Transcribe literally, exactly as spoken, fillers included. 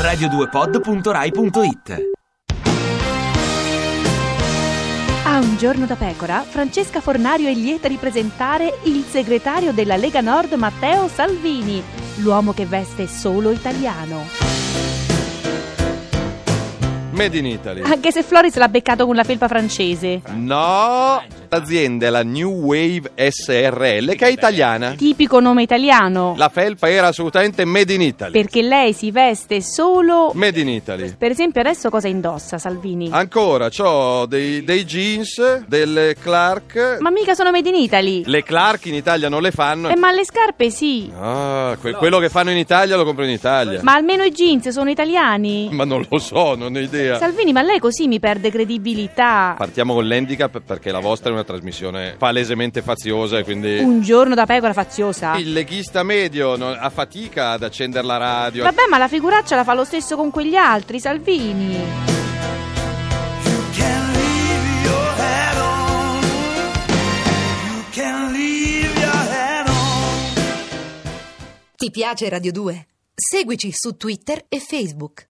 radio due pod punto rai punto it. A Un giorno da pecora, Francesca Fornario è lieta di presentare il segretario della Lega Nord Matteo Salvini, l'uomo che veste solo italiano. Made in Italy. Anche se Floris l'ha beccato con la felpa francese. No, l'azienda è la New Wave S R L, che è italiana. Tipico nome italiano. La felpa era assolutamente Made in Italy. Perché lei si veste solo... Made in Italy. Per esempio adesso cosa indossa Salvini? Ancora, c'ho dei, dei jeans, delle Clark. Ma mica sono made in Italy. Le Clark in Italia non le fanno. Eh, ma le scarpe sì. Ah, que- quello che fanno in Italia lo compro in Italia. Ma almeno i jeans sono italiani. Ma non lo so, non ho idea. Salvini, ma lei così mi perde credibilità. Partiamo con l'handicap perché la vostra è una trasmissione palesemente faziosa e quindi... Un giorno da pecora faziosa. Il leghista medio non- ha fatica ad accendere la radio. Vabbè, ma la figuraccia la fa lo stesso con quegli altri, Salvini. Ti piace Radio due? Seguici su Twitter e Facebook.